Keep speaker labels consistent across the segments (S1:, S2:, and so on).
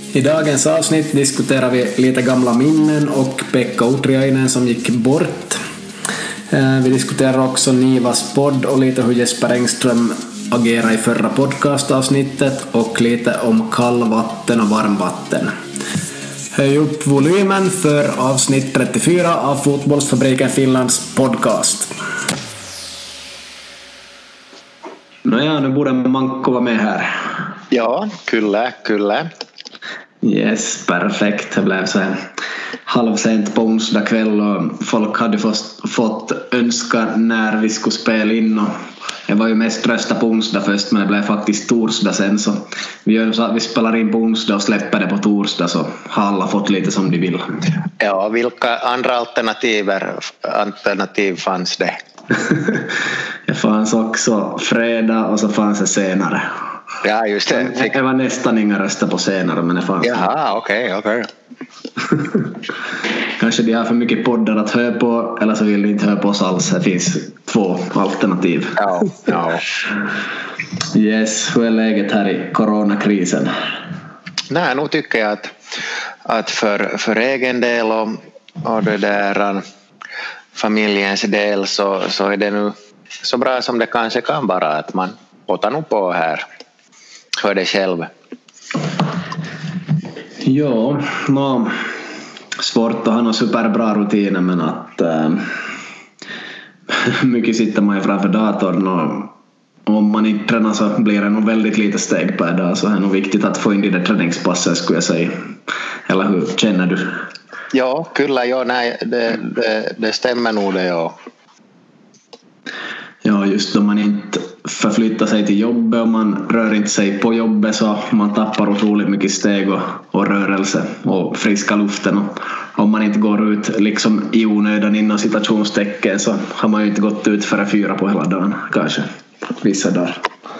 S1: I dagens avsnitt diskuterar vi lite gamla minnen och Pekka Utriainen som gick bort. Vi diskuterar också Nivas podd och lite hur Jesper Engström agerade i förra podcastavsnittet och lite om kallvatten och varmvatten. Höj upp volymen för avsnitt 34 av Fotbollsfabriken Finlands podcast. Nåja, nu borde Manko vara med här.
S2: Ja, kyllä.
S1: Yes, perfekt. Det blev så här halvsent på onsdag kväll och folk hade fått önska när vi skulle spela in. Och jag var ju mest rösta på onsdag först, men det blev faktiskt torsdag sen. Så vi gör så att vi spelar in på onsdag och släpper det på torsdag, så har alla fått lite som de vill.
S2: Ja, vilka andra alternativ fanns det?
S1: Det fanns också fredag och så fanns det senare.
S2: Ja, just det.
S1: Det var nästan inga röster på senare, men det fanns.
S2: Jaha, okej.
S1: Kanske de har för mycket poddar att höra på, eller så vill de inte höra på oss alls. Det finns 2 alternativ.
S2: Ja.
S1: Yes, hur är läget här i coronakrisen?
S2: Nej, nu tycker jag att för egen del och det där familjens del så är det nu så bra som det kanske kan vara, att man potar nog på här för det själv.
S1: Ja, svårt att ha några superbra rutiner, men att mycket sitter man ju framför datorn och om man inte tränar så blir det nog väldigt lite steg per dag, så är det nog viktigt att få in i det träningspasset, skulle jag säga. Eller hur känner du?
S2: Ja, kyllä, nej, det stämmer nog det, ja.
S1: Ja, just då man inte förflyttar sig till jobbet och man rör inte sig på jobbet, så man tappar otroligt mycket steg och rörelse och friska luften. Och om man inte går ut liksom i onödan inom citationstecken, så har man ju inte gått ut före 4 på hela dagen, kanske vissa dagar.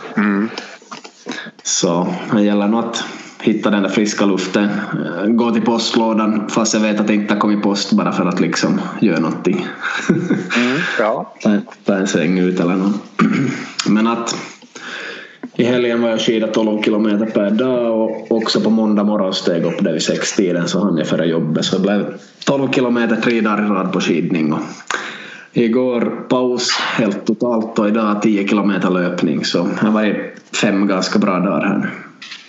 S1: Så det gäller nog att hitta den där friska luften, gå till postlådan fast jag vet att det inte har kommit post, bara för att liksom göra någonting.
S2: Ja.
S1: Ta en sväng ut eller något. Men att i helgen var jag skida 12 kilometer per dag och också på måndag morgon steg upp där vid 6-tiden, så hann jag före jobbet, så det blev 12 kilometer 3 dagar i rad på skidning. Och igår paus helt totalt och idag 10 kilometer löpning, så det var 5 ganska bra dagar här nu.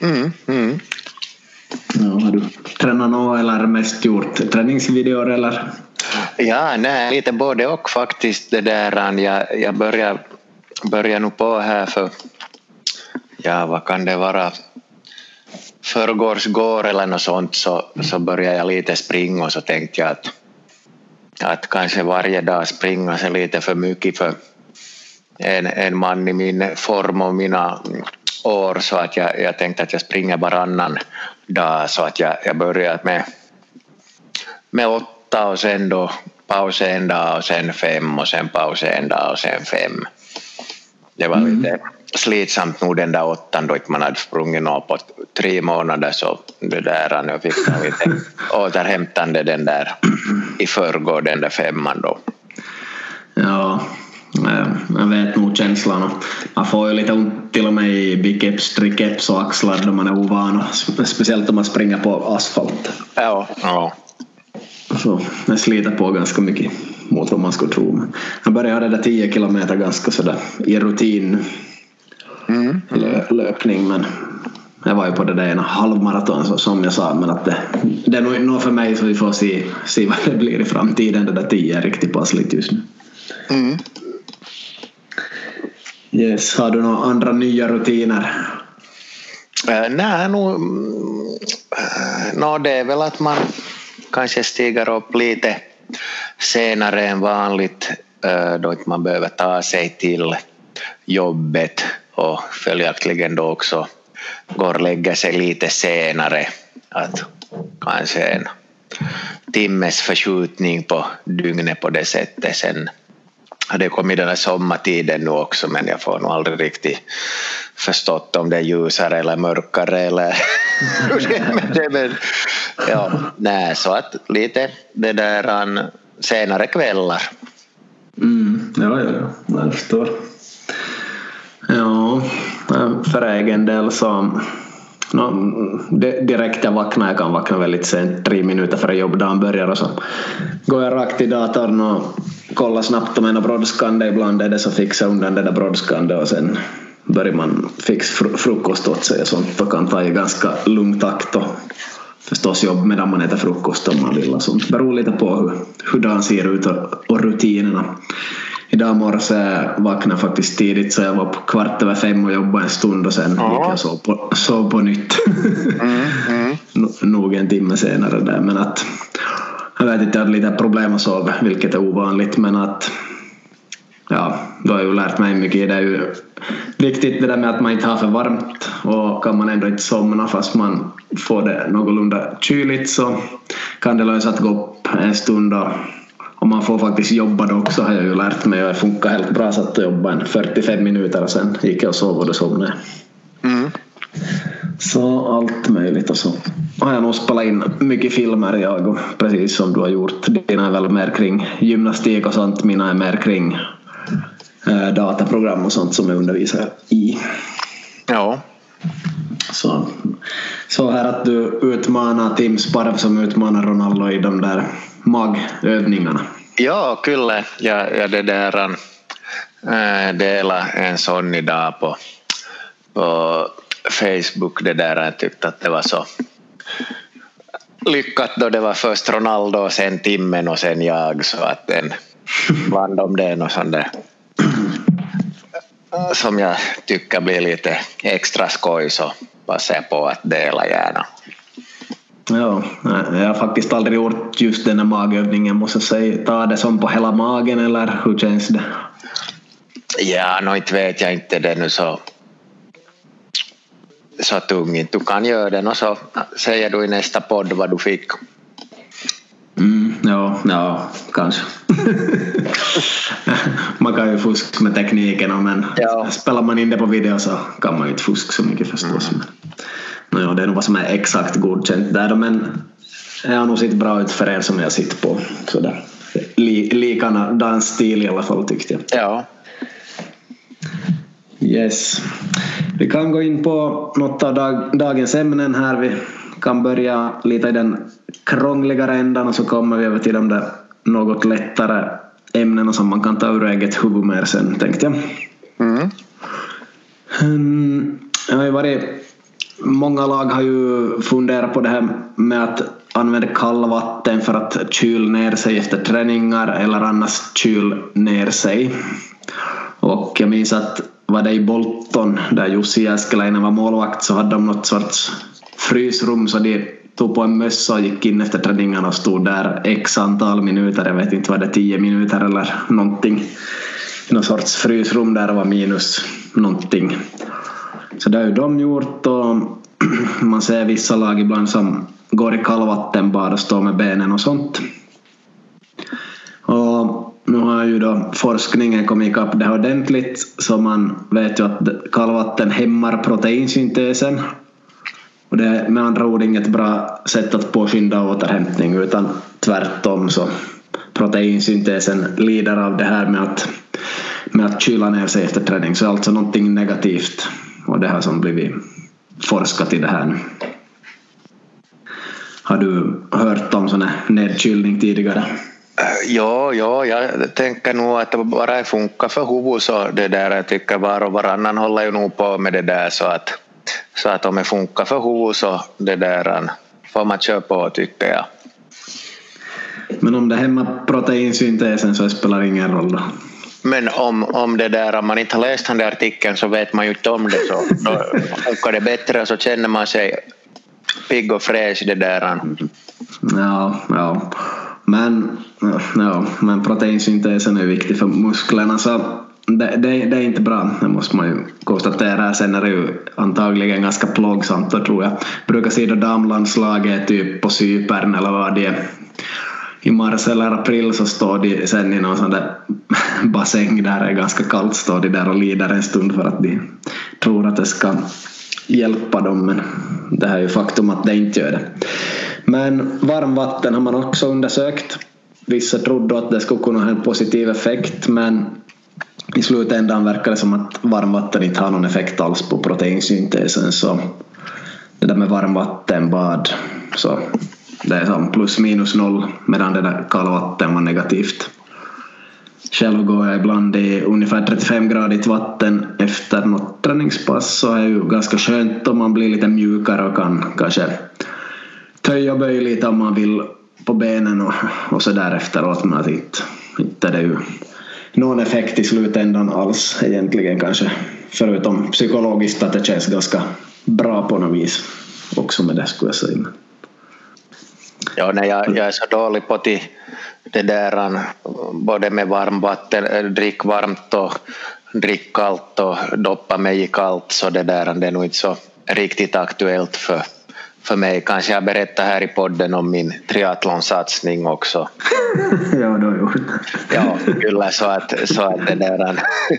S1: Ja, har du tränat något eller mest gjort träningsvideor eller?
S2: Ja, nej, lite både och faktiskt. Det där, jag börjar nog på här för, ja, vad kan det vara, förrgår eller något sånt, så började jag lite springa, och så tänkte jag att kanske varje dag springa sig lite för mycket för en man i min form och mina år, så att jag tänkte att jag springer varannan dag, så att jag började med 8 och sen då paus en dag och sen 5 och sen paus en dag och sen 5. Det var lite slitsamt nog den där 8 då inte man hade sprungit något på 3 månader, så det där, nu fick jag lite återhämtande den där i förrgår, den där 5 då.
S1: Ja, jag vet nog känslan. Man får ju lite ont till och med i biceps, triceps och axlar då man är ovan, speciellt om man springer på asfalt.
S2: Ja.
S1: Så det sliter på ganska mycket mot vad man skulle tro. Jag började det där 10 kilometer ganska sådär i rutin löpning, men jag var ju på det där ena halvmaraton, så som jag sa, men att det är nog för mig, så vi får se vad det blir i framtiden. Det där 10 är riktigt passligt just nu. Yes, har du några andra nya rutiner?
S2: Nej, det är väl att man kanske stiger upp lite senare än vanligt, då inte man behöver ta sig till jobbet, och följaktligen då också går och lägger sig lite senare, att kanske en timmes förskjutning på dygnet på det sättet. Sen har det kommit den här sommartiden nu också, men jag får nog aldrig riktigt förstått om det är ljusare eller mörkare eller men ja, nej, så att lite det där senare kvällar.
S1: Ja, jag förstår. Ja, för egen del så direkt jag vaknar. Jag kan vakna väldigt sent, 3 minuter före jobbdagen börjar, och så går jag rakt till datorn och kollar snabbt om en brådskande. Ibland är det så fixar undan det där brådskande, och sen börjar man fixa frukost åt sig och sånt, och kan ta i ganska lugn takt och förstås jobb medan man äter frukost om man vill och sånt. Beror lite på hur dagen ser ut och rutinerna. Idag morse vaknade faktiskt tidigt, så jag var på 4:15 och jobbade en stund, och sen gick jag sov på nytt. Nog en timme senare där, men att jag vet inte, jag hade lite problem att sova, vilket är ovanligt, men att ja, då har jag ju lärt mig mycket. Det är ju viktigt det där med att man inte har för varmt, och kan man ändå inte somna fast man får det någorlunda kyligt, så kan det lösa att gå upp en stund, och man får faktiskt jobba då också, har jag ju lärt mig, och det funkar helt bra, så att jag jobbade 45 minuter och sen gick jag och sov och då somnade. Så allt möjligt, och så har jag nog spelat in mycket filmer jag, och precis som du har gjort. Dina är väl mer kring gymnastik och sånt, mina är mer kring dataprogram och sånt som jag undervisar i.
S2: Ja.
S1: Så här att du utmanar Tim Sparv som utmanar Ronaldo i de där magövningarna.
S2: Ja, kyllä. Jag det där dela en sån idag på Facebook. Det där jag tyckte att det var så lyckat då det var först Ronaldo, sen Timmen och sen jag, så att den bland om det och sånt där som jag tycker blir lite extra skoj, så passar jag på att dela gärna.
S1: Ja, jag har faktiskt aldrig gjort just den här magövningen, måste jag säga. Ta det som på hela magen, eller hur känns det?
S2: Ja, inte vet jag inte, det nu så tungt. Du kan göra den och så säger du i nästa podd vad du fick. Ja, kanske. Man kan ju fuska med tekniken, men spelar man in det på video så kan man ju inte fuska så mycket förstås. Ja, det är nog vad som är exakt godkänt där, men jag har nog sett bra ut för er som jag sitter på. Sådär. Likadan stil i alla fall, tyckte jag. Ja.
S1: Yes. Vi kan gå in på något av dagens ämnen här. Vi kan börja lite i den krångligare ändan, och så kommer vi över till de där något lättare ämnena som man kan ta ur eget huvud mer sen, tänkte jag. Jag har ju varit, många lag har ju funderat på det här med att använda kallvatten för att kyla ner sig efter träningar, eller annars kyla ner sig. Och jag minns att var det i Bolton där Jussi Jääskeläinen var målvakt, så hade de något sorts frysrum, så de tog på en mössa och gick in efter träningarna och stod där x antal minuter, jag vet inte vad det 10 minuter eller någonting, i någon sorts frysrum där det var minus någonting. Så det har ju de gjort, och man ser vissa lag ibland som går i kallvattenbad och står med benen och sånt. Och nu har ju då forskningen kommit ikapp det ordentligt, så man vet ju att kallvatten hämmar proteinsyntesen. Och det är med andra ord inget bra sätt att påskynda återhämtning, utan tvärtom, så proteinsyntesen lider av det här med att kyla ner sig efter träning. Så alltså någonting negativt, och det har som blivit forskat i det här nu. Har du hört om sån här nedkylning tidigare?
S2: Ja, jag tänker nog att det bara funkar för huvudet, så det där, jag tycker var och varannan håller ju nog på med det där, så att om det funkar för huvudet, så det där får man köra på, tycker jag.
S1: Men om det hämmar proteinsyntesen så spelar ingen roll då?
S2: Men om det där, om man inte har läst den där artikeln, så vet man ju inte om det, så då funkar det bättre, så känner man sig pigg och fräsch det där.
S1: Ja. Men proteinsyntesen är viktig för musklerna, så det är inte bra, det måste man ju konstatera. Sen är det ju antagligen ganska plågsamt, då tror jag. Brukar se då damlandslaget typ på Cypern eller vad det är, i mars eller april, så står de sen i någon sån där bassäng där det är ganska kallt, står de där och lider en stund för att de tror att det ska hjälpa dem, men det här är ju faktum att det inte gör det. Men varmvatten har man också undersökt. Vissa trodde att det skulle kunna ha en positiv effekt, men i slutändan verkar det som att varmvatten inte har någon effekt alls på proteinsyntesen, så
S3: det där med varmvattenbad, så det är som plus minus noll, medan det där kallvatten var negativt. Själv går jag ibland i ungefär 35-gradigt vatten efter något träningspass, så är ju ganska skönt om man blir lite mjukare och kan kanske töja och böja lite om man vill på benen och så där efteråt, men att inte det är ju någon effekt i slutändan alls egentligen, kanske förutom psykologiskt att det känns ganska bra på något vis också med det, skulle jag säga.
S2: Ja, nej, jag är så dålig på det där, både med varmvatten, drick varmt och drick kallt och doppa mig i kallt, så det är nog inte så riktigt aktuellt för mig. Kanske jag berättar här i podden om min triathlonsatsning också.
S3: Ja, det har gjort.
S2: Ja, kyllä, så att det där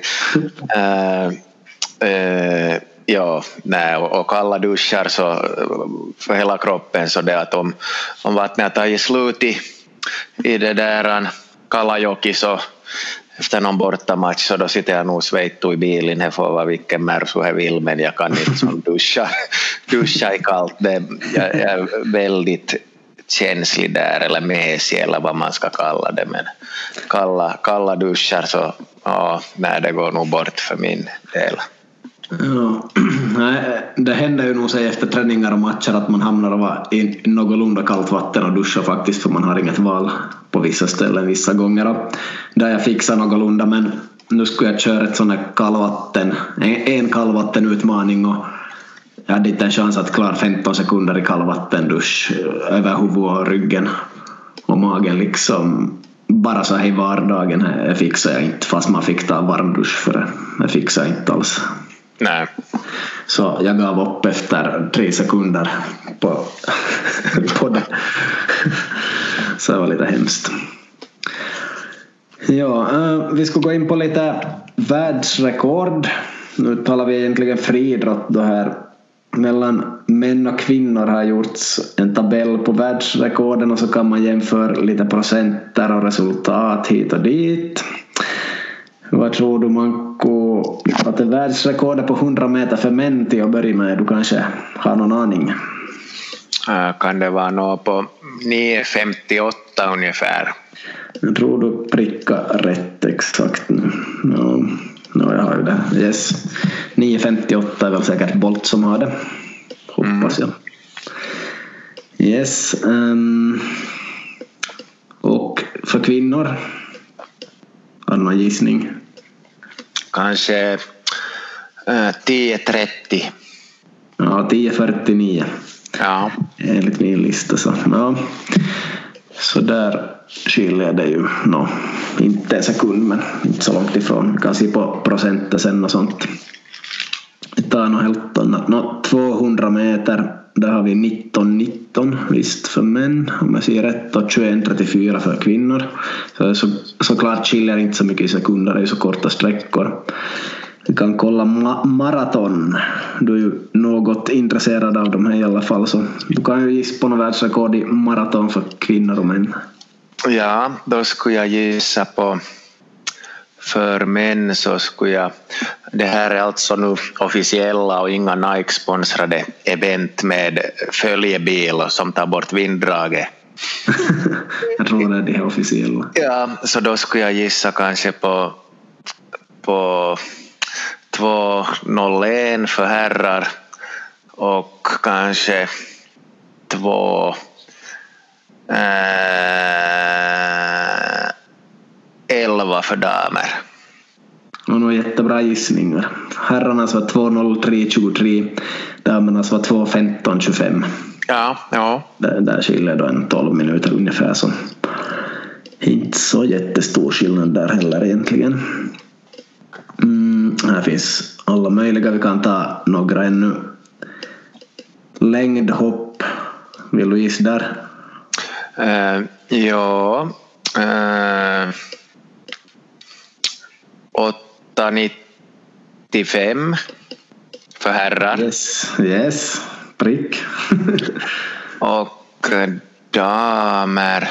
S2: ja, nej, och kalla duschar så för hela kroppen, så det att om vattnet har tagit slut i det där Kalajoki, så efter någon bortamatch, så då sitter jag nog sveittu i bilen. Det får vara vilken märsu he vill, men jag kan inte som duscha i kallt. Jag är väldigt känslig där, eller mesig eller vad man ska kalla det, men kalla duschar, så ja, nej, det går nog bort för min del.
S3: Ja, det händer ju nog sig efter träningar och matcher att man hamnar i någorlunda kallt vatten och duschar faktiskt, för man har inget val på vissa ställen vissa gånger, och där jag fixar någorlunda, men nu skulle jag köra ett sånt här en kallvattenutmaning, och jag hade inte en chans att klara 15 sekunder i kallvattendusch över huvudet och ryggen och magen liksom. Bara så här i vardagen här fixar jag inte, fast man fick ta varmdusch för det. Jag fixar inte alls.
S2: Nej.
S3: Så jag gav upp efter 3 sekunder på det. Så det var lite hemskt. Ja, vi ska gå in på lite världsrekord. Nu talar vi egentligen friidrott då här. Mellan män och kvinnor har gjorts en tabell på världsrekorden, och så kan man jämföra lite procenter och resultat hit och dit. Vad tror du, Manko, att det är världsrekordet på 100 meter för män till att börja med? Du kanske har någon aning?
S2: Kan det vara något på 9,58 ungefär?
S3: Jag tror du prickar rätt exakt nu. Ja, jag har ju det. Yes. 9,58 är väl säkert Bolt som har det. Hoppas jag. Yes. Och för kvinnor? Har du någon gissning?
S2: Kanske 10,30.
S3: Ja, 10,49.
S2: Ja.
S3: Enligt min lista så. Ja. Så där skiljer det ju inte en sekund, men inte så långt ifrån. Kan se på procenten sen och sånt. Vi tar nog helt annat. 200 meter, där har vi 19,19 visst för män, om jag ser rätt, och 21,34 för kvinnor. Så klart skiljer inte så mycket i sekunder, det är ju så korta sträckor. Vi kan kolla maraton. Du är ju något intresserad av dem här i alla fall, så du kan ju gissa på någon världsrekord i maraton för kvinnor och män.
S2: Ja, då skulle jag gissa på, för män så skulle jag, det här är alltså nu officiella och inga Nike-sponsrade event med följebil som tar bort vinddraget.
S3: Jag tror det är det officiella.
S2: Ja, så då skulle jag gissa kanske på 2,01 för herrar och kanske 2,11 för damer.
S3: Och nog jättebra gissningar. Herrarnas var 2,03,23, damernas var 2,15,25.
S2: Ja.
S3: Där skiljer då en 12 minuter ungefär, så inte så jättestor skillnad där heller egentligen. Här finns alla möjliga, vi kan ta några ännu. Längdhopp, vill du gissa där?
S2: Ja, 8,95 för herrar.
S3: Yes, prick.
S2: Och damer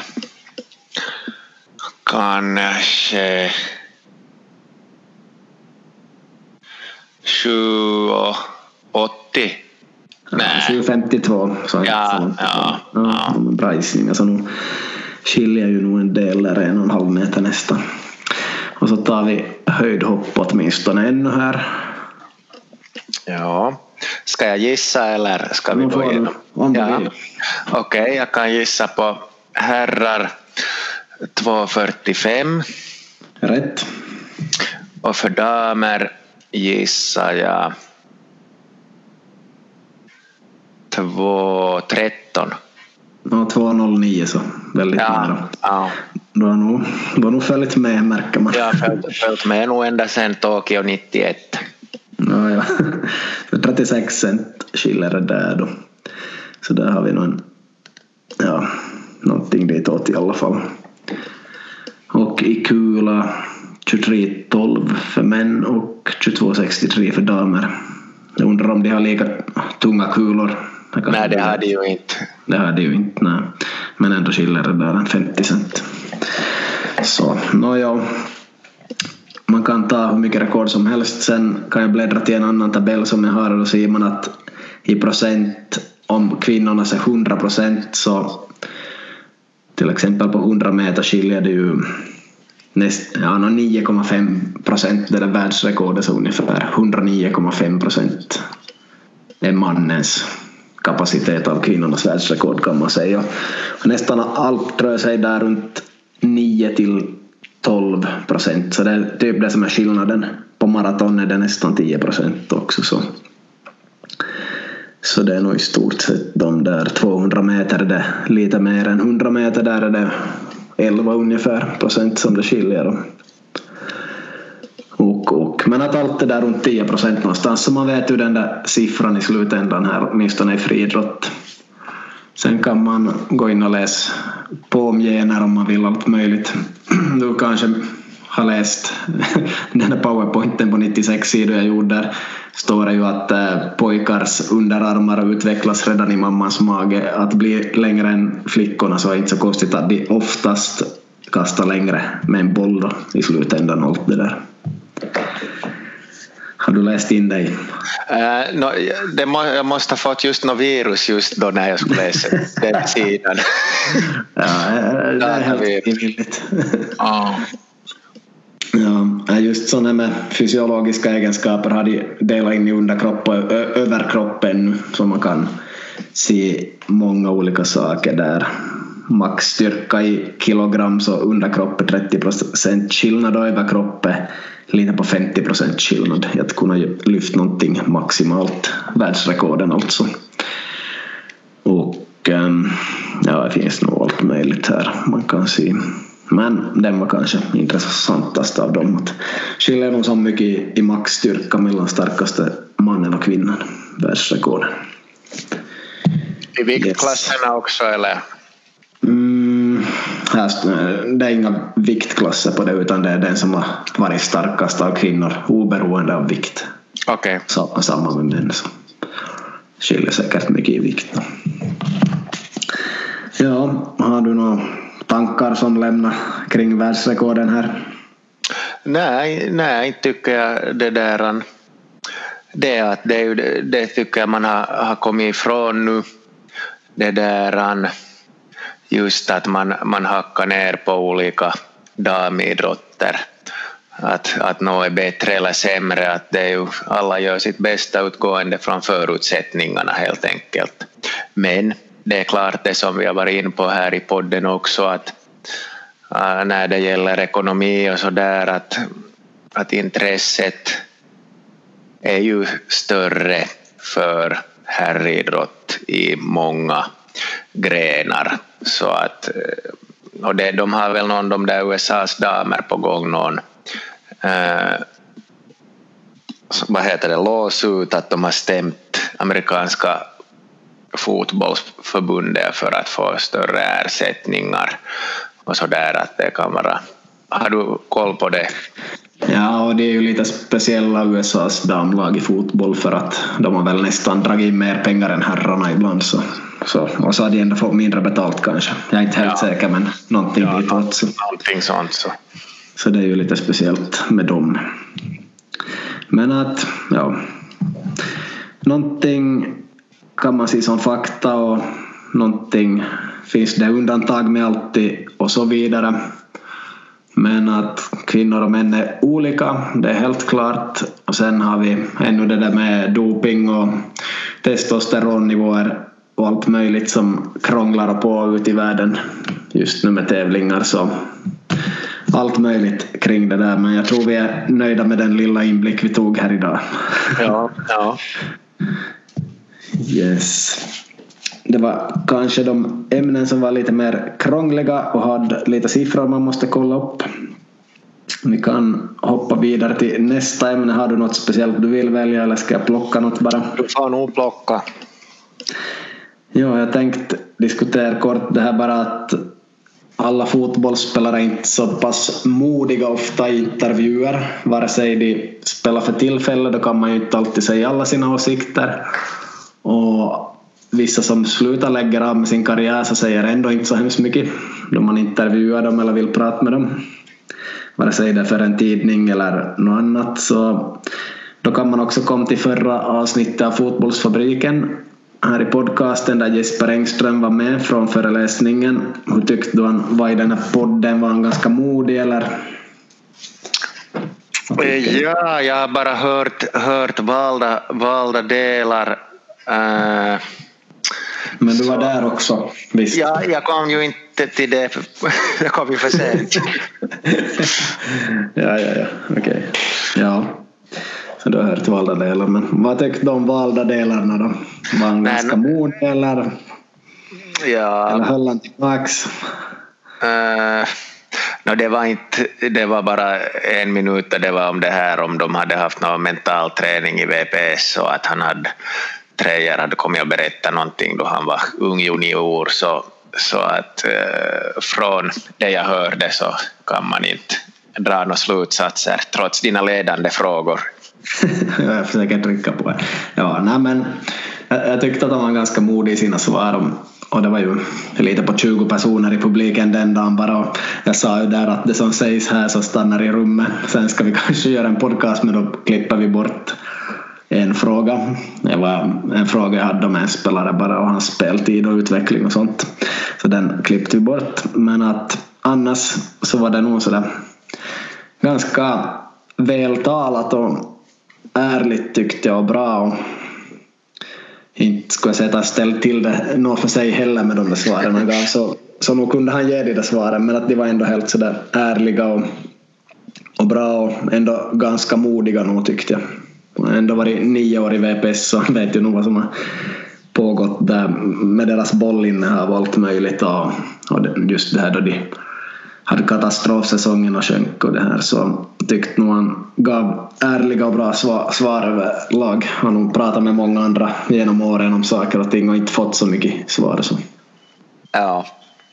S2: kanske 7,80.
S3: Nej. 52. Så bra gissning. Alltså, nu skiljer ju nog en del där 1,5 meter nästan. Och så tar vi höjdhopp åtminstone ännu här.
S2: Ja. Ska jag gissa eller ska vi gå igenom? Okej, jag kan gissa på herrar 2,45.
S3: Rätt.
S2: Och för damer gissar jag 2,13.
S3: Ja, 2,09 så väldigt nära.
S2: Ja.
S3: Du har nog följt med, märker man.
S2: Jag har följt med nog ända sedan Tokyo 91.
S3: Ja. 36 cent skiljer det där då. Så där har vi någonting ditåt i alla fall. Och i kula 23,12 för män och 22,63 för damer. Jag undrar om de har lika tunga kulor.
S2: Nej, det hade ju inte.
S3: Det hade ju inte, nej. Men ändå skiljer det där 50 cent. Så, man kan ta hur mycket rekord som helst. Sen kan jag bläddra till en annan tabell som jag har, och då ser man att i procent, om kvinnorna är 100%, så till exempel på 100 meter skiljer det ju 9,5%. Det där världsrekordet, så ungefär 109,5% är mannens kapacitet av kvinnornas världsrekord, kan man säga. Och nästan allt rör sig där runt 9-12%, så det är typ det som är skillnaden. På maraton är det nästan 10% också, så det är nog i stort sett de där 200 meter, det är lite mer än 100 meter, där är det 11 ungefär procent som det skiljer. Men att allt är där runt 10% någonstans, så man vet ju den där siffran i slutändan här, åtminstone i friidrott. Sen kan man gå in och läsa på om gener om man vill, allt möjligt. Du kanske har läst den här powerpointen på 96 sidor jag gjorde. Där står det ju att pojkars underarmar utvecklas redan i mammans mage. Att bli längre än flickorna, så är inte så konstigt att de oftast kastar längre med en boll då, i slutändan, allt det där. Har du läst in dig?
S2: Jag måste ha fått just något virus just då när jag skulle läsa den sidan.
S3: Ja, det är helt frivilligt.
S2: Ja,
S3: just sådana med fysiologiska egenskaper har de delat in i underkropp och överkroppen, så man kan se många olika saker där. Maxstyrka i kilogram, så underkropp är 30% skillnad och överkropp är lite på 50% skillnad. Att kunna lyfta någonting maximalt, världsrekorden alltså. Och det finns nog allt möjligt här man kan se. Men den var kanske intressantast av dem. Att skiljer nog så mycket i maxstyrka mellan starkaste mannen och kvinnan, världsrekorden.
S2: I viktklasserna också, eller?
S3: Det är inga viktklasser på det, utan det är den som har varit starkast av kvinnor, oberoende av vikt.
S2: Okej.
S3: Samma med män, så skiljer säkert mycket i vikt. Ja, har du några tankar som lämnar kring världsrekorden här?
S2: Nej, inte tycker jag det där. Det tycker jag man har kommit ifrån nu. Det där just att man hackar ner på olika damidrotter. Att något är bättre eller sämre. Att det är ju, alla gör sitt bästa utgående från förutsättningarna helt enkelt. Men det är klart det som vi har varit in på här i podden också, att när det gäller ekonomi och så där, att intresset är ju större för herridrott i många grenar, så att, och de har väl de där USAs damer på gång lawsuit, att de har stämt amerikanska fotbollsförbundet för att få större ersättningar och så där, att det kan vara. Har du koll på det?
S3: Ja, och det är ju lite speciella USAs damlag i fotboll, för att de har väl nästan dragit in mer pengar än herrarna ibland, så och så har de ändå fått mindre betalt kanske. Jag är inte helt säker, men någonting ditåt.
S2: Någonting sånt
S3: så det är ju lite speciellt med dem. Men att någonting kan man se som fakta och någonting finns det undantag med alltid och så vidare. Men att kvinnor och män är olika, det är helt klart. Och sen har vi ännu det där med doping och testosteronnivåer och allt möjligt som krånglar på ut i världen just nu med tävlingar. Så allt möjligt kring det där. Men jag tror vi är nöjda med den lilla inblick vi tog här idag.
S2: Ja.
S3: Yes. Det var kanske de ämnen som var lite mer krångliga och hade lite siffror man måste kolla upp. Vi kan hoppa vidare till nästa ämne. Har du något speciellt du vill välja eller ska jag plocka något bara?
S2: Du får nog plocka.
S3: Ja, jag tänkte diskutera kort det här bara att alla fotbollsspelare är inte så pass modiga ofta i intervjuer. Vare sig de spelar för tillfälle, då kan man ju inte alltid säga alla sina åsikter. Och vissa som slutar lägga av med sin karriär så säger ändå inte så hemskt mycket då man intervjuar dem eller vill prata med dem. Vare sig det för en tidning eller något annat. Så då kan man också komma till förra avsnittet av Fotbollsfabriken här i podcasten där Jesper Engström var med från föreläsningen. Hur tyckte du han var i den här podden? Var han ganska modig eller?
S2: Ja, jag har bara hört valda delar.
S3: Men du var där också, visst?
S2: Ja, jag kom ju inte till det. Jag kom ju för sent.
S3: Ja, okej. Ja, så du har hört valda delar. Men vad tyckte du om valda delarna då? Var han ganska modig eller?
S2: Ja.
S3: Eller höll han tillbaks?
S2: Det var bara 1 minut och det var om det här om de hade haft någon mental träning i VPS och att han hade Trejer hade kommit och berättat någonting då han var ung junior så att från det jag hörde så kan man inte dra några slutsatser trots dina ledande frågor.
S3: Jag försöker trycka på det. Ja, nej, men jag tyckte att han var ganska modig i sina svar och det var ju lite på 20 personer i publiken den dagen bara och jag sa ju där att det som sägs här så stannar i rummet. Sen ska vi kanske göra en podcast men då klipper vi bort en fråga. Det var en fråga jag hade om en spelare bara och hans speltid och utveckling och sånt. Så den klippte vi bort. Men att annars så var det nog sådär ganska vältalat och ärligt tyckte jag och bra och inte skulle jag säga att han ställt till det något för sig heller med de där svaren han gav så nog kunde han ge de där svaren men att de var ändå helt sådär ärliga och bra och ändå ganska modiga nog tyckte jag. Ändå varit 9 år i VPS så vet ju nog vad som har pågått där med deras bollinnehav och allt möjligt och just det här då de hade katastrofsäsongen och sjönk och det här så tyckte nog han gav ärliga och bra svar överlag. Han har nog pratat med många andra genom åren om saker och ting och inte fått så mycket svar så.
S2: Ja.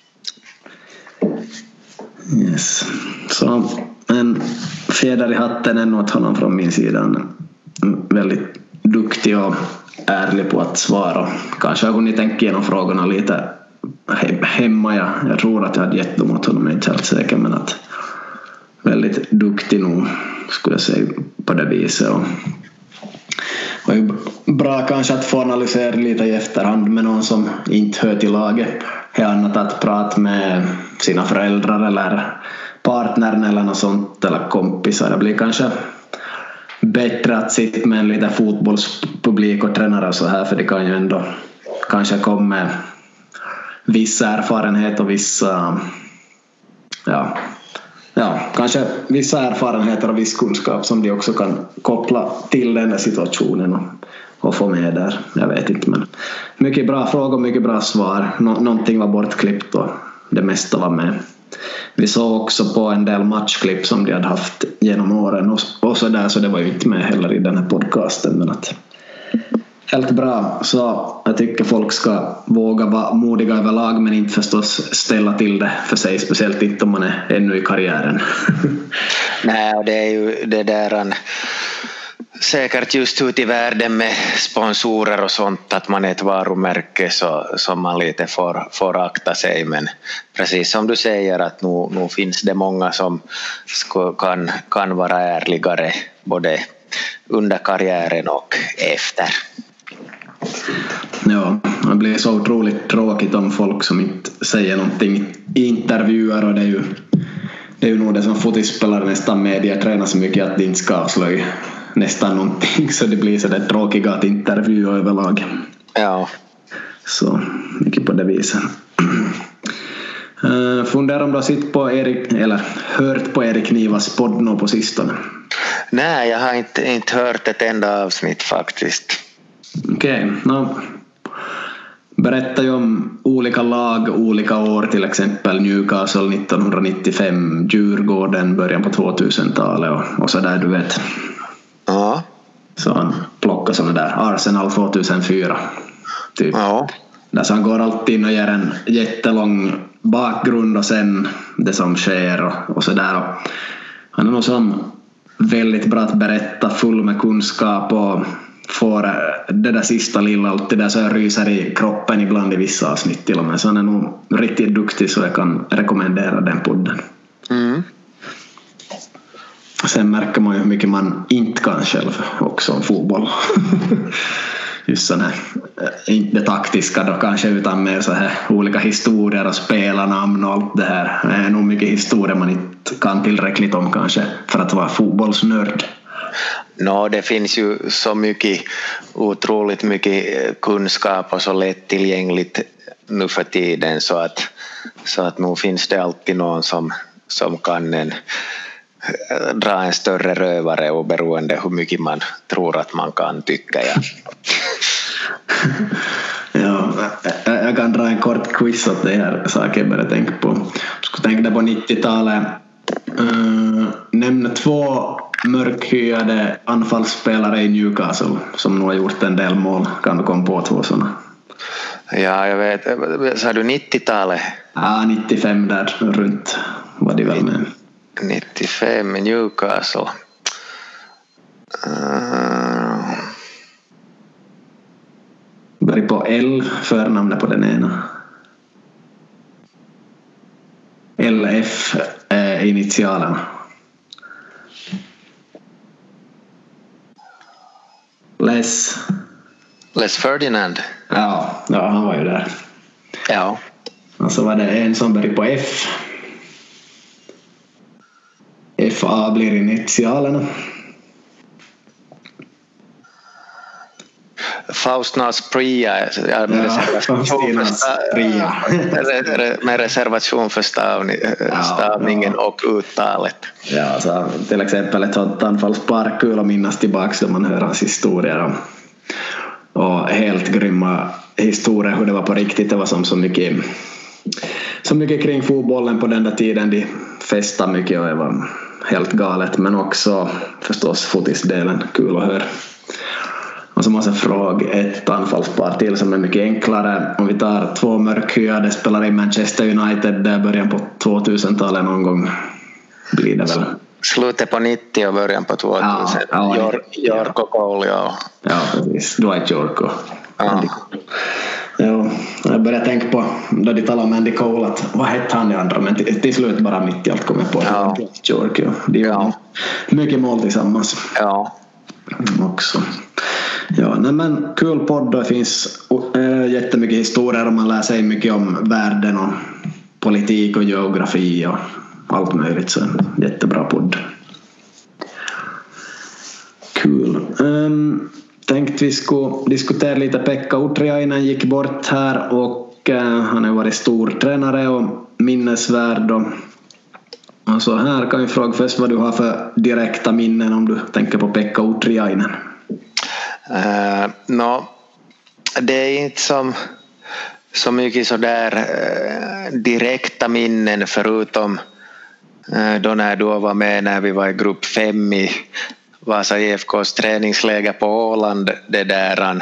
S3: Yes. Så en fjäder i hatten är något honom från min sida. Väldigt duktig och ärlig på att svara. Kanske har hunnit tänka igenom frågorna lite hemma. Jag tror att jag hade gett dem åt honom, jag är inte helt säker men att väldigt duktig nog skulle jag säga på det viset. Och är bra kanske att få analysera lite i efterhand med någon som inte hör till laget. Det är annat att prata med sina föräldrar eller partnern eller något sånt eller kompisar. Det blir kanske bättre att sitta med en liten fotbollspublik och tränare och så här för det kan ju ändå kanske komma med vissa erfarenhet och vissa kanske vissa erfarenheter och viss kunskap som de också kan koppla till den här situationen och få med där. Jag vet inte men mycket bra frågor, mycket bra svar. Någonting var bortklippt och det mesta var med. Vi såg också på en del matchklipp som de hade haft genom åren och så där så det var ju inte med heller i den här podcasten men att helt bra så jag tycker folk ska våga vara modiga överlag men inte förstås ställa till det för sig speciellt inte om man är ännu i karriären.
S2: Nej, och det är ju det där säkert just ut i världen med sponsorer och sånt att man är ett varumärke så man lite får akta sig men precis som du säger att nu finns det många som kan vara ärligare både under karriären och efter.
S3: Ja, det blir så otroligt tråkigt om folk som inte säger någonting i intervjuer, och det är ju nog det som fotispelare nästan medier tränar så mycket att det inte ska avslöja nästan någonting, så det blir så där tråkiga att intervjua överlag.
S2: Ja.
S3: Så mycket på det viset. Funderar om du har sitt på Erik, eller hört på Erik Nivas podd nå på sistone?
S2: Nej, jag har inte hört ett enda avsnitt faktiskt.
S3: Okej. Berättar ju om olika lag, olika år, till exempel Newcastle 1995, Djurgården början på 2000-talet och så där, du vet.
S2: Ja.
S3: Så han plockar sådana där Arsenal 2004 typ.
S2: Ja.
S3: Där så han går alltid in och ger en jättelång bakgrund och sen det som sker och så där. Han är nog som väldigt bra att berätta, full med kunskap och får det där sista lilla, allt det där så jag ryser i kroppen ibland i vissa avsnitt till och med. Så han är nog riktigt duktig, så jag kan rekommendera den podden.
S2: Mm.
S3: Sen märker man ju hur mycket man inte kan själv också om fotboll. Just sån här, inte det taktiska då kanske, utan mer så här olika historier och spelarnamn och allt det här. Det är nog mycket historier man inte kan tillräckligt om kanske för att vara fotbollsnörd.
S2: Det finns ju så mycket, otroligt mycket kunskap och så lättillgängligt nu för tiden, så att nu finns det alltid någon som kan dra en större rövare oberoende hur mycket man tror att man kan, tycka jag.
S3: Ja, jag kan dra en kort quiz åt det här saker jag började tänka på. Jag skulle tänka på 90-talet. Nämn 2 mörkhyade anfallsspelare i Newcastle som nog har gjort en del mål. Kan du komma på 2 sådana?
S2: Ja, jag vet. Sa du 90-talet?
S3: Ja, 95 där runt var det väl med.
S2: 95 i Newcastle.
S3: Börjar på L, förnamnet på den ena. LF är initialerna.
S2: Les Ferdinand.
S3: Ja, han var ju där.
S2: Ja.
S3: Och så var det en som började på F. FA blir initialerna.
S2: Faustas Pria med reservation för stavningen och uttalet.
S3: Ja, så till exempel ett sådant anfallspar, kul att minnas tillbaka när man hör hans historier och helt grymma historier hur det var på riktigt. Det var som så mycket kring fotbollen på den där tiden. De festade mycket och det var helt galet, men också förstås fotisdelen, kul att höra. Och så måste jag fråga ett anfallspar till som är mycket enklare. Om vi tar 2 mörkhyade spelare i Manchester United där början på 2000-talet någon gång blir det väl.
S2: Slutet på 90 och början på 2000. Ja, Jorko Cole, ja. Ja,
S3: precis. Dwight Jorko.
S2: Ja.
S3: Ja, jag började tänka på då de talade om Andy Cole att vad hette han i andra, men till slut bara mitt i allt kommer på Dwight Jorko. Det är mycket mål tillsammans.
S2: Ja.
S3: Också. Ja, men kul podd. Det finns jättemycket historier och man lär sig mycket om världen och politik och geografi och allt möjligt, så jättebra podd. Kul. Tänkte vi skulle diskutera lite. Pekka Utriainen gick bort här och han har varit stor tränare och minnesvärd och så här kan vi fråga först vad du har för direkta minnen om du tänker på Pekka Utriainen.
S2: Det är inte så mycket så där direkta minnen förutom då när du var med när vi var i grupp 5 i Vasa IFKs träningsläger på Åland, det där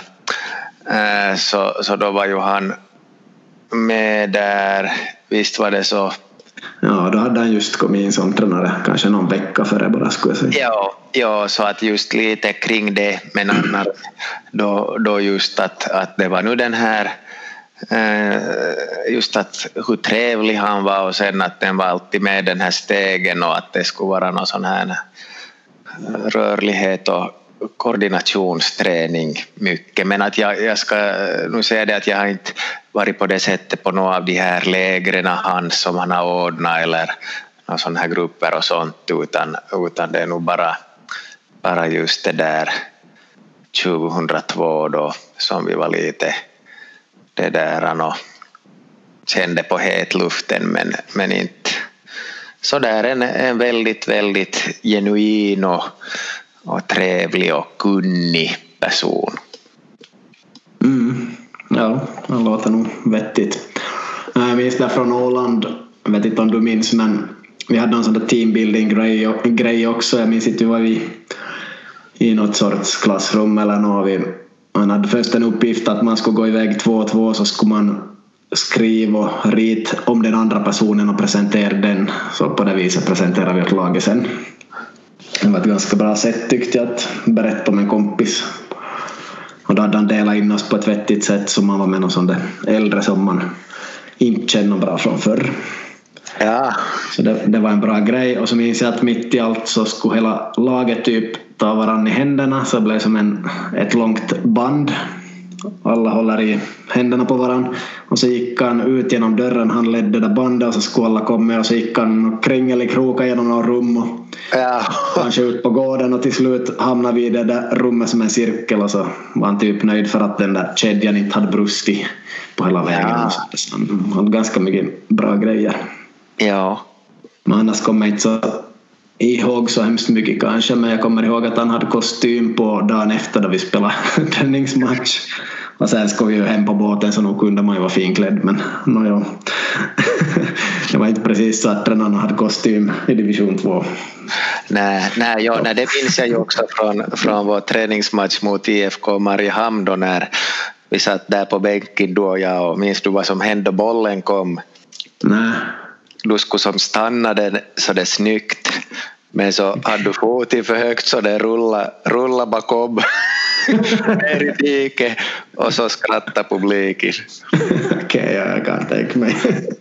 S2: så då var ju han med där, visst var det så.
S3: Ja, då hade han just kommit in som tränare, kanske någon vecka före bara skulle jag säga.
S2: Ja, så att just lite kring det, men annars då just att det var nu den här just att hur trevlig han var och sen att den var alltid med den här stegen och att det skulle vara någon sån här rörlighet koordinationsträning mycket, men att jag ska nu säga det att jag har inte varit på det sättet på några av de här lägren hans som han har ordnat eller någon sån här grupper och sånt, utan det är nog bara just det där 2002 då som vi var lite det där och kände på hetluften, men inte så där en väldigt, väldigt genuin och trevlig och kunnig person.
S3: Ja, det låter nog vettigt. Jag minns där från Åland, jag vet inte om du minns, men vi hade en sån där teambuilding-grej också. Jag minns inte, var vi i något sorts klassrum eller något. Man hade först en uppgift att man skulle gå iväg 2 och 2, så skulle man skriva och rita om den andra personen och presentera den. Så på det viset presenterar vi åt laget sen. Det var ett ganska bra sätt tyckte jag att berätta om en kompis. Och då hade han delat in oss på ett vettigt sätt, som man var med någon sån där äldre som man inte känner bra från förr.
S2: Ja.
S3: Så det var en bra grej. Och så minns jag att mitt i allt så skulle hela laget typ ta varann i händerna, så det blev som ett långt band. Alla håller i händerna på varann, och så gick han ut genom dörren, han ledde det bandet, och så skulle alla komma, och så gick han kringelikroka genom någon rum och kanske ut på gården, och till slut hamnade vi i det där rummet som en cirkel, och så var han typ nöjd för att den där kedjan inte hade brustit på hela vägen. Så han hade ganska mycket bra grejer.
S2: Ja.
S3: Men annars kommer jag inte så ihåg så hemskt mycket kanske, men jag kommer ihåg att han hade kostym på dagen efter då vi spelade träningsmatch, och sen ska vi ju hem på båten, så nog kunde man ju vara finklädd, men ja. Det var inte precis så att tränarna hade kostym i division 2.
S2: Nej, det minns jag ju också från vår träningsmatch mot IFK Mariehamn då, när vi satt där på bänken då och jag, och minns du vad som hände, bollen kom?
S3: Nej.
S2: Du skulle som stanna den så det är snyggt, men så hade du fotit för högt så det rulla bakom ner i diket, och så skrattade publiken.
S3: Okej, jag kan tänka mig.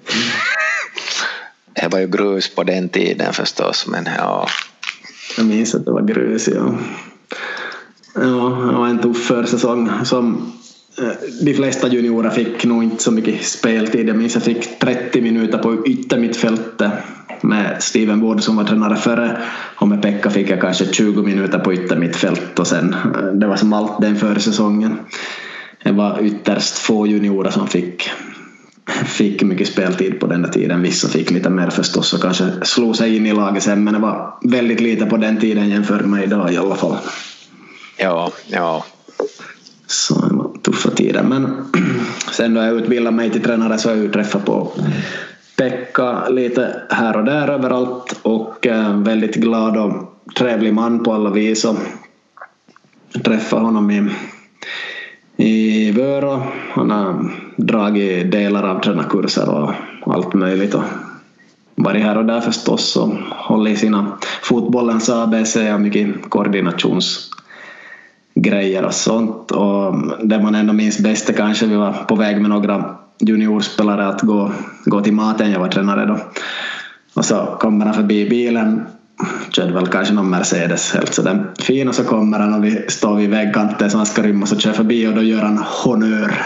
S2: Det var ju grus på den tiden förstås, men ja.
S3: Jag minns att det var grus, ja. Ja, det var en tuff försäsong som de flesta juniorer fick nog inte så mycket speltid. Jag minns jag fick 30 minuter på yttermittfältet med Steven Wood som var tränare före, och med Pekka fick jag kanske 20 minuter på yttermittfält, och sen det var som allt den försäsongen. Det var ytterst få juniorer som fick mycket speltid på den där tiden. Vissa fick lite mer förstås och kanske slog sig in i laget sen, men det var väldigt lite på den tiden jämfört med idag i alla fall.
S2: Ja.
S3: Så det var tuffa tider, men sen då jag utbildade mig till tränare så har jag träffat på Pekka lite här och där överallt, och väldigt glad och trevlig man på alla vis, och träffade honom i Vörå. Han har dragit delar av tränarkurser och allt möjligt, och varit här och där förstås, och hållit sina fotbollens ABC och mycket koordinationsgrejer och sånt. Och det man ändå minns bäst är kanske vi var på väg med några juniorspelare att gå till maten, jag var tränare då, och så kommer han förbi bilen, körde väl kanske någon Mercedes helt så den fin, och så kommer han och vi står vid vägkanten så han ska rymma, så kör förbi och då gör han honör.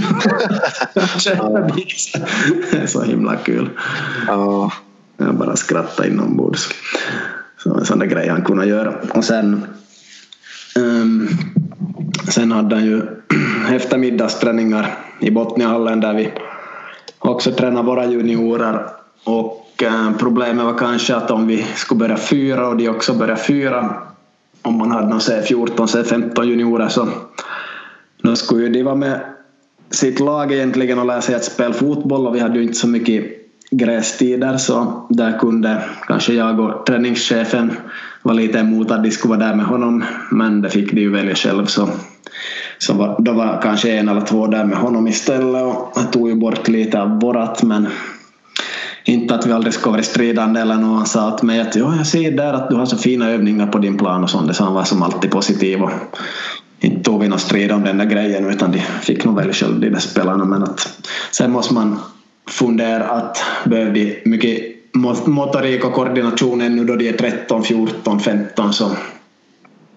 S3: Det är så himla kul. Jag bara skrattar inombords. Så en sån där grej han kunde göra. Och sen hade han ju eftermiddagsträningar i Botniahallen där vi också tränar våra juniorer, och problemet var kanske att om vi skulle börja 4 och de också börja 4, om man hade någon C14, C15 juniorer, så då skulle ju de vara med sitt lag egentligen och lära sig att spela fotboll, och vi hade ju inte så mycket grästider, så där kunde kanske jag och träningschefen var lite emot att de skulle vara där med honom, men det fick de ju välja själv, så då var kanske 1 eller 2 där med honom istället, och jag tog ju bort lite av vårat, men inte att vi aldrig ska vara stridande eller någon. Han sa att mig att jag ser där att du har så fina övningar på din plan och sånt. Det sa han var som alltid positiv, och inte tog vi någon strid om den där grejen, utan de fick nog väl själv de där spelarna. Men att sen måste man fundera att behövde mycket motorik och koordination ännu då de är 13, 14, 15, så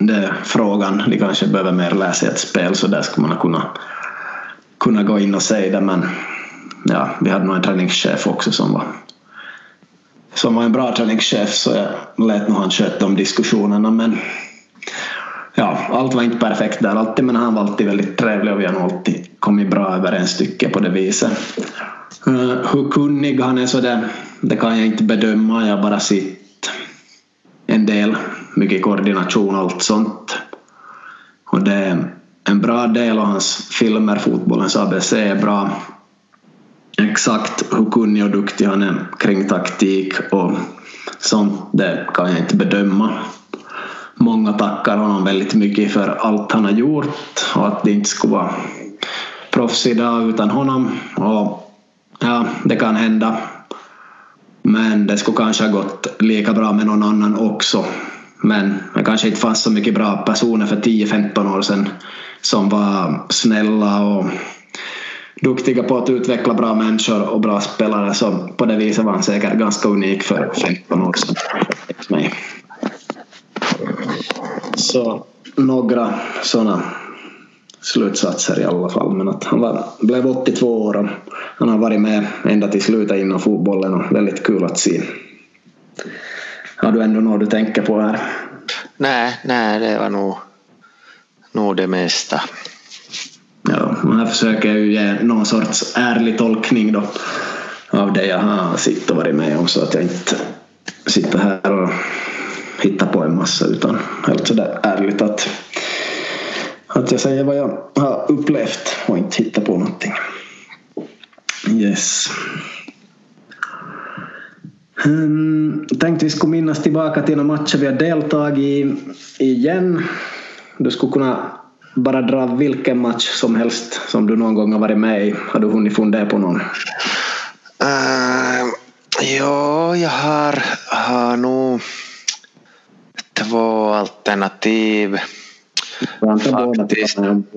S3: det är frågan. De kanske behöver mer läsa ett spel, så där ska man kunna gå in och säga det. Men ja, vi hade nog en träningschef också som var en bra träningschef, så jag lät nog han sköta de diskussionerna. Men ja, allt var inte perfekt där alltid, men han var alltid väldigt trevlig och vi har nog alltid kommit bra överens stycke på det viset. Hur kunnig han är, så det kan jag inte bedöma. Jag bara sett en del, mycket koordination och allt sånt. Och det är en bra del av hans filmer. Fotbollens ABC är bra. Exakt hur kunnig och duktig han är kring taktik och sånt, det kan jag inte bedöma. Många tackar honom väldigt mycket för allt han har gjort och att det inte skulle vara proffs idag utan honom. Och ja, det kan hända. Men det skulle kanske ha gått lika bra med någon annan också. Men det kanske inte fanns så mycket bra personer för 10-15 år sedan som var snälla och duktiga på att utveckla bra människor och bra spelare. Så på det viset var han säkert ganska unik för 15 år sedan. Så några sådana slutsatser i alla fall. Men att han blev 82 år och han har varit med ända till slutet inom fotbollen och väldigt kul att se. Har du ändå något du tänker på här?
S2: Nej, det var nog det mesta.
S3: Ja, här försöker jag ju ge någon sorts ärlig tolkning då av det jag har sitt och varit med om, så att jag inte sitter här och hittar på en massa, utan helt sådär ärligt att jag säger vad jag har upplevt och inte hittar på någonting. Yes. Tänkte vi skulle minnas tillbaka till några matcher vi har deltagit i igen. Du skulle kunna bara dra vilken match som helst som du någon gång har varit med i. Har du hunnit fundera på någon?
S2: Ja, jag har nog 2 alternativ. Faktiskt.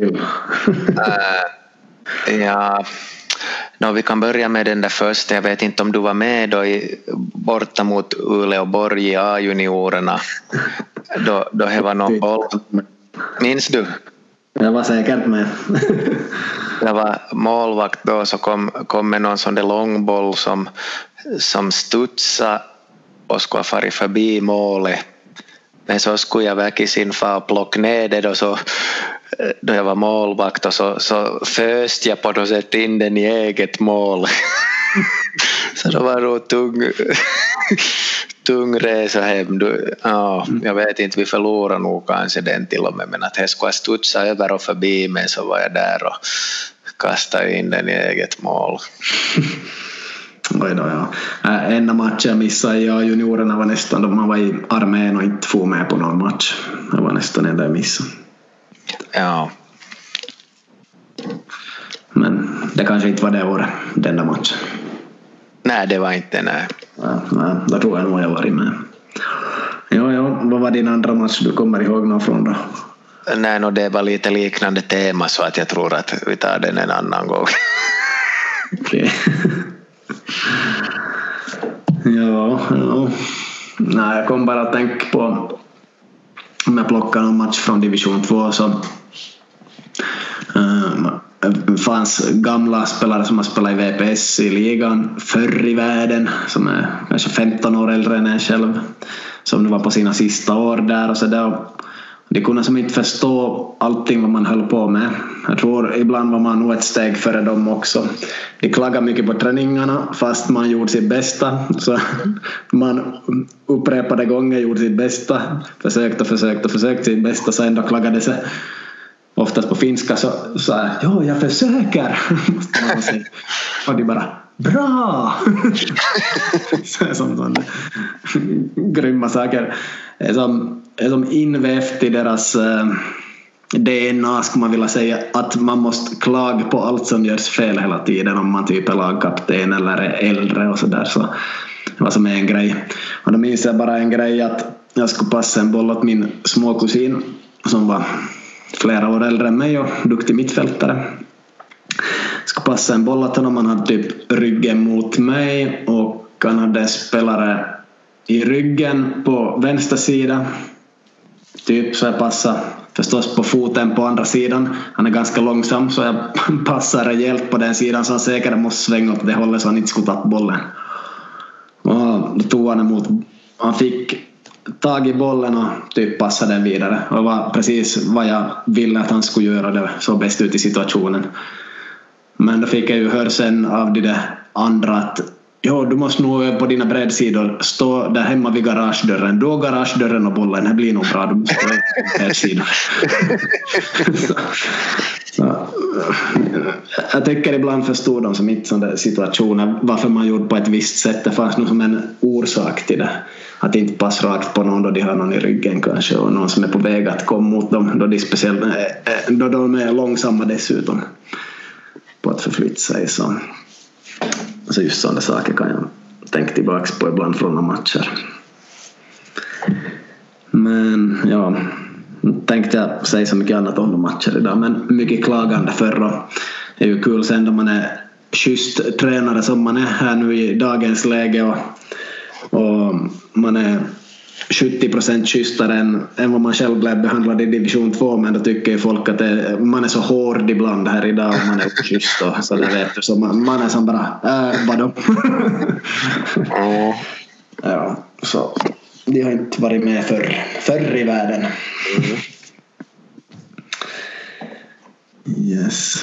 S2: Ja. Vi kan börja med den där första. Jag vet inte om du var med då borta mot Uleåborg i A-juniorerna. Då det var någon boll. Minns du?
S3: Jag var säkert med.
S2: Det var målvakt då, så kom med någon sån där långboll som studsade och skulle ha farit förbi målet. Men så skulle jag väkisin få plocka ner det då jag var målvakt, och så föst jag på något sätt in den i eget mål. Så det var nog tung resa hem. Ja, jag vet inte, vi förlorade nog kanske den till och med, men att jag skulle studsa över och förbi mig, så var jag där och kastade in den i eget mål.
S3: Oj då, ja. Enda matchen jag missade i juniorerna var nästan då man var i armén och inte få med på någon match. Det var nästan enda jag missade.
S2: Ja.
S3: Men det kanske inte var det året, den där matchen.
S2: Nej, det var inte, nej.
S3: Ja, då tror jag nog jag varit med. Ja, vad var din andra match du kommer ihåg någon från då?
S2: Nej, det var lite liknande tema, så att jag tror att vi tar den en annan gång.
S3: Okej. Ja. Nej, jag kom bara att tänka på, om jag plockar någon match från division 2, så fanns gamla spelare som har spelat i VPS i ligan förr i världen, som är kanske 15 år äldre än en själv, som det var på sina sista år där och så där. De kunde som inte förstå allting vad man höll på med. Jag tror ibland var man nog ett steg före dem också. De klagade mycket på träningarna fast man gjorde sitt bästa. Så man upprepade gånger gjorde sitt bästa. Försökte sitt bästa. Så ändå klagade sig. Oftast på finska så ja, jag försöker. Och de bara, bra! Så sådana grymma saker. Det är som invävt i deras DNA, skulle man vilja säga, att man måste klaga på allt som görs fel hela tiden om man typ är lagkapten eller är äldre och sådär. Så det var som en grej. Och då minns jag bara en grej, att jag skulle passa en boll åt min småkusin som var flera år äldre än mig och duktig mittfältare. Jag skulle passa en boll åt honom, han hade typ ryggen mot mig och han hade spelare i ryggen på vänster sida. typ, så jag passar förstås på foten på andra sidan. Han är ganska långsam, så jag passar rejält på den sidan, så han säkert måste svänga åt det hållet så han inte skulle tappa bollen. Och då tog han emot, han fick tag i bollen och typ passade den vidare. Och det var precis vad jag ville att han skulle göra, det så bäst ut i situationen. Men då fick jag ju höra sen av det där andra att du måste nog på dina breddsidor stå där hemma vid garagedörren. Då garagedörren och bollen, det blir nog bra. Du måste stå på breddsidor. Så, jag tycker ibland förstod de som inte sådana situationer varför man gjorde på ett visst sätt. Det fanns nog som en orsak till det. Att inte passa rakt på någon då de har någon i ryggen kanske, och någon som är på väg att komma mot dem då de är långsamma dessutom på att förflytta sig. Så just sådana saker kan jag tänka tillbaka på ibland från några matcher. Men ja, tänkte jag säga så mycket annat om de matcher idag, men mycket klagande förr. Det är ju kul sen då man är schysst tränare som man är här nu i dagens läge, och man är 70% schysstare än vad man själv blev behandlad i division 2, men då tycker ju folk att man är så hård ibland här idag och man är schysst och så där, vet du, så man är som bara vadå? Ja, så de har inte varit med förr i världen. Yes.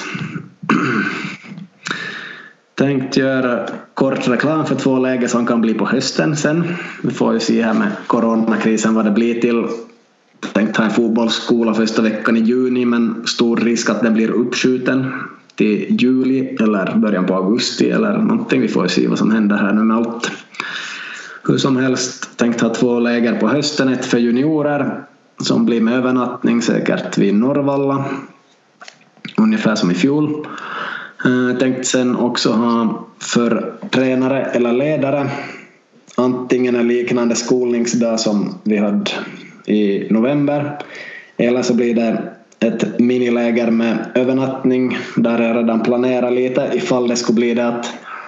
S3: Tänkt göra kort reklam för 2 läger som kan bli på hösten sen. Vi får ju se här med coronakrisen vad det blir till. Tänkt ha en fotbollsskola första veckan i juni, men stor risk att den blir uppskjuten till juli eller början på augusti eller någonting. Vi får ju se vad som händer här nu med allt. Hur som helst, tänkt ha 2 läger på hösten. Ett för juniorer som blir med övernattning säkert vid Norrvalla, ungefär som i fjol. Tänkt sen också ha för tränare eller ledare antingen en liknande skolningsdag som vi hade i november, eller så blir det ett miniläger med övernattning där jag redan planerar lite ifall det skulle bli det att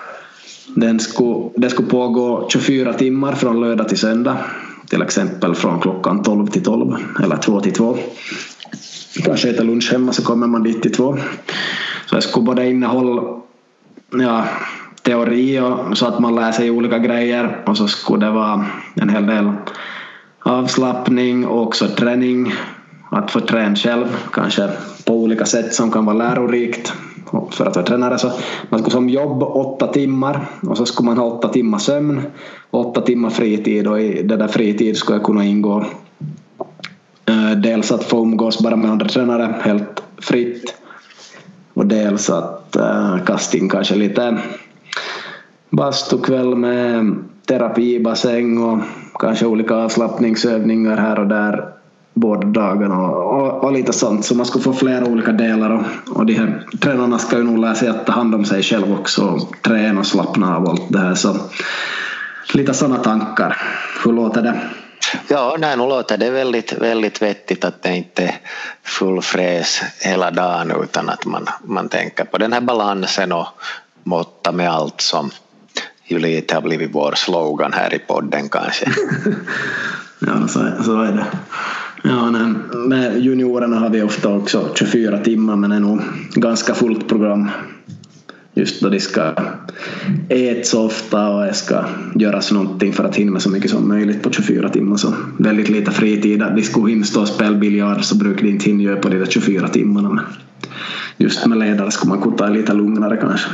S3: det skulle pågå 24 timmar från lördag till söndag, till exempel från klockan 12 till 12 eller 2 till 2. Kanske äta lunch hemma så kommer man dit till 2. Så det skulle både innehålla teori och så att man lär sig olika grejer, och så skulle det vara en hel del avslappning och också träning, att få träna själv kanske på olika sätt som kan vara lärorikt för att vara tränare. Så man skulle som jobb 8 timmar och så skulle man ha 8 timmar sömn, 8 timmar fritid, och i det där fritid skulle jag kunna ingå dels att få umgås bara med andra tränare helt fritt, och dels att kasta in kanske lite bastukväll med terapibassäng och kanske olika avslappningsövningar här och där båda dagarna och lite sånt, så man ska få flera olika delar, och de här tränarna ska ju nog lära sig att ta hand om sig själv också och träna och slappna av allt det här, så lite sådana tankar. Hur låter det?
S2: Ja, nu låter det väldigt, väldigt vettigt att det inte är full fräs hela dagen, utan att man tänker på den här balansen och måtta med allt, som ju lite har blivit vår slogan här i podden kanske.
S3: Ja, så är det. Ja, med juniorerna har vi ofta också 24 timmar, men det är nog ganska fullt program. Just då de ska äta så ofta och det ska göras någonting för att hinna med så mycket som möjligt på 24 timmar. Så väldigt lite fritid. De skulle hinna stå och spela biljard, så brukar de inte hinna göra på de där 24 timmarna. Men just med ledare ska man kunna ta lite lugnare kanske.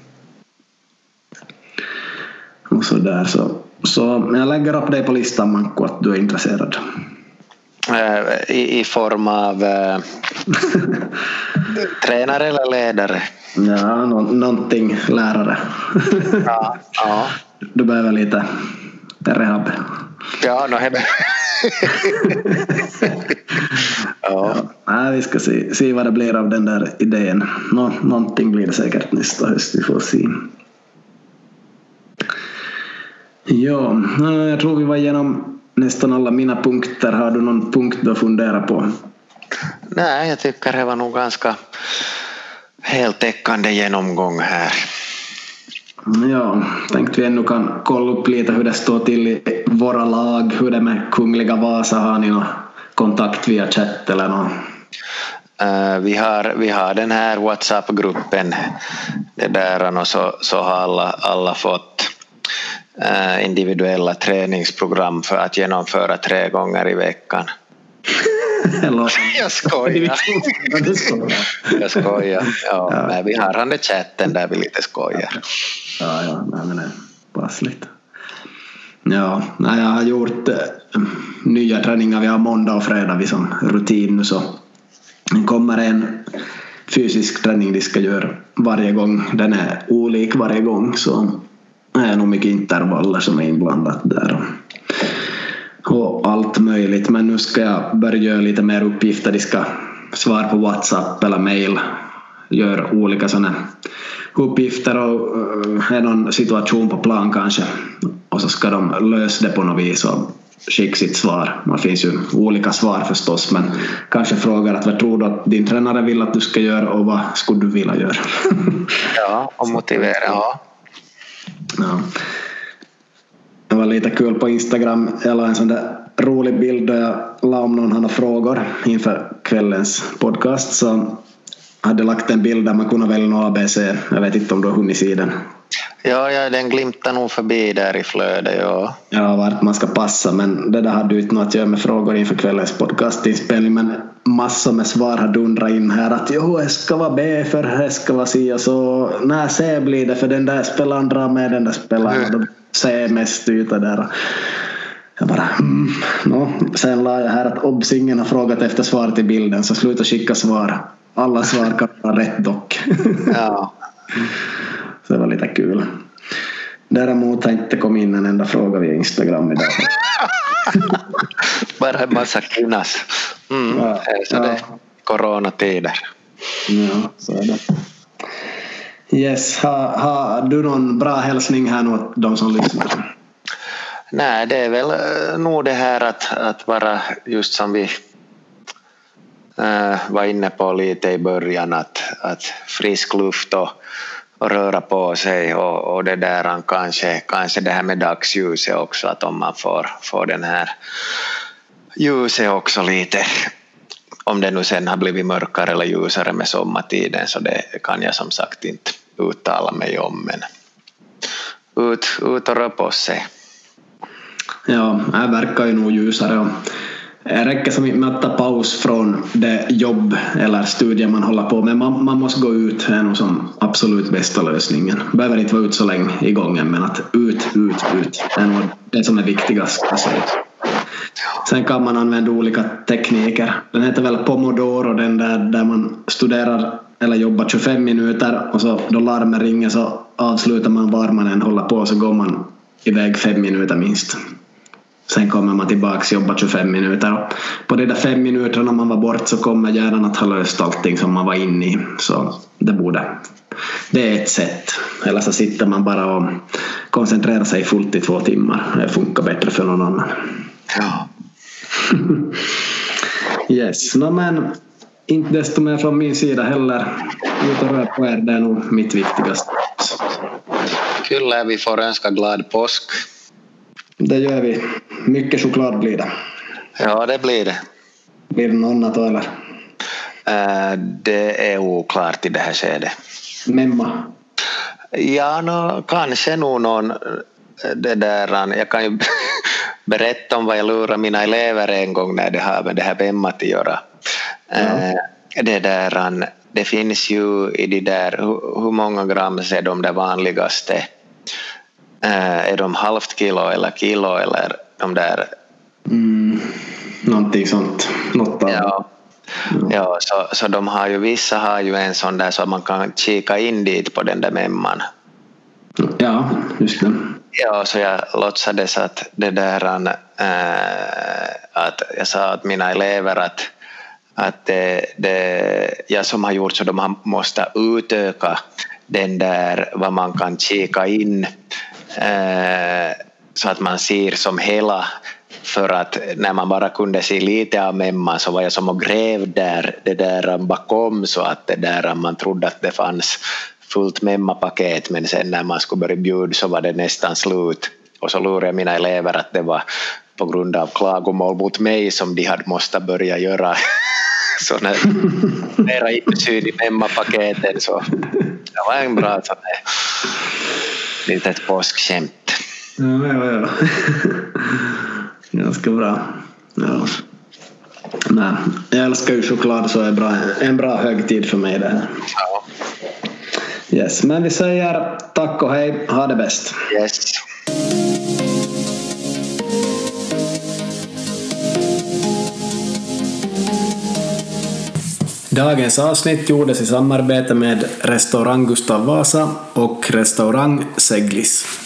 S3: Och så där så jag lägger upp dig på listan, Manko, att du är intresserad.
S2: I form av tränare eller ledare?
S3: Ja, någonting lärare.
S2: Ja.
S3: Du behöver lite rehab.
S2: Ja,
S3: ja, vi ska se vad det blir av den där idén. Någonting blir det säkert nästa höst, vi får se. Ja, jag tror vi var igenom nästan alla mina punkter. Har du någon punkt du funderar på?
S2: Nej, jag tycker det var nog ganska heltäckande genomgång här.
S3: Ja, tänkte vi ännu kan kolla upp lite hur det står till i våra lag, hur det med Kungliga Vasa, har ni några kontakt via chatt eller något?
S2: Vi har den här WhatsApp-gruppen det där, och så har alla fått individuella träningsprogram för att genomföra 3 gånger i veckan. Jag skojar. Jag skojar. Ja. Men vi har den chatten där vi lite skojar.
S3: Ja, men det är passligt. Ja, när jag har gjort nya träningar, vi har måndag och fredag vi som rutin nu, så kommer en fysisk träning de ska göra varje gång. Den är olik varje gång, så är nog mycket intervaller som är inblandat där och allt möjligt. Men nu ska jag börja göra lite mer uppgifter. De ska svara på WhatsApp eller mail, gör olika sådana uppgifter och är någon situation på plan kanske, och så ska de lösa det på något vis och skicka sitt svar. Man finns ju olika svar förstås, men kanske frågar att vad tror du att din tränare vill att du ska göra och vad skulle du vilja göra?
S2: Ja, och motivera. Ja.
S3: Det var lite kul på Instagram. Jag la en sån där rolig bild där jag la om någon hade frågor inför kvällens podcast, så hade lagt en bild där man kunde välja någon ABC. Jag vet inte om du har hunnit se den.
S2: Ja, den glimtar nog förbi där i flödet. Ja,
S3: vart man ska passa, men det där hade ju inte något att göra med frågor inför kvällens podcastinspelning, men massor med svar har dundrat in här att det ska vara B för det ska vara C, och så när C blir det för den där spelaren drar med den där spelaren och C mest yta där. Jag bara sen la jag här att ingen har frågat efter svaret i bilden, så sluta skicka svar. Alla svar kan vara rätt dock.
S2: Ja.
S3: Så det var lite kul. Däremot tänkte komma in en enda fråga via Instagram idag.
S2: Bara en massa kynnas. Så det är coronatider.
S3: Ja, så är det. Yes, har du någon bra hälsning här åt de som lyssnar?
S2: Nej, det är väl nog det här att vara just som vi var inne på lite i början, att frisk luft och röra på sig och det där, kanske det här med dagsljuset också, att om man får den här ljuset också lite, om det nu sen har blivit mörkare eller ljusare med sommartiden, så det kan jag som sagt inte uttala mig om, men ut och röra på sig.
S3: Ja, här verkar ju nog ljusare och det räcker som med att ta paus från det jobb eller studier man håller på med. Man måste gå ut, är nog som absolut bästa lösningen. Behöver inte vara ut så länge i gången, men att ut är nog det som är viktigast. Sen kan man använda olika tekniker. Den heter väl Pomodoro, den där man studerar eller jobbar 25 minuter och så då larmen ringer så avslutar man var man än håller på, så går man iväg 5 minuter minst. Sen kommer man tillbaka och jobbar 25 minuter. Och på de där 5 minuterna man var bort så kommer hjärnan att ha löst allting som man var inne i. Så det är ett sätt. Eller så sitter man bara och koncentrerar sig fullt i 2 timmar. Det funkar bättre för någon annan.
S2: Ja.
S3: Yes, men inte desto mer från min sida heller. Ut och röra på er, det är nog mitt viktigaste.
S2: Kyllä, vi får önska glad påsk.
S3: Det gör vi. Mycket choklad blir det.
S2: Ja, det blir det.
S3: Blir det något annat då, eller?
S2: Det är oklart i det här skedet.
S3: Memma?
S2: Ja, kanske nog någon det där. Jag kan ju berätta om vad jag lurar mina elever en gång när det har med det här memma att göra. Det där, det finns ju i de där, hur många gram är de där vanligaste? Är de halvt kilo eller kilo eller de där?
S3: Någonting sånt.
S2: Ja, så de har ju, vissa har ju en sån där så man kan kika in dit på den där memman.
S3: Ja, just det.
S2: Ja, så jag låtsades att det där att jag sa att mina elever att det jag som har gjort så de måste utöka den där vad man kan kika in så att man ser som hela, för att när man bara kunde se lite av memman så var jag som och gräv där det där bakom, så att det där man trodde att det fanns fullt memmapaket, men sen när man skulle börja bjuda så var det nästan slut, och så lurade jag mina elever att det var på grund av klagomål mot mig som de hade måste börja göra sådana mera insyn i Memma-paketen, så det var en bra sån här litet påskskämt.
S3: Ja. Ganska bra. Ja. Nej, jag älskar ju choklad, så är en bra högtid för mig det här.
S2: Ja.
S3: Yes, men vi säger tack och hej, ha det bäst.
S2: Yes.
S1: Dagens avsnitt gjordes i samarbete med restaurang Gustav Vasa och restaurang Seglis.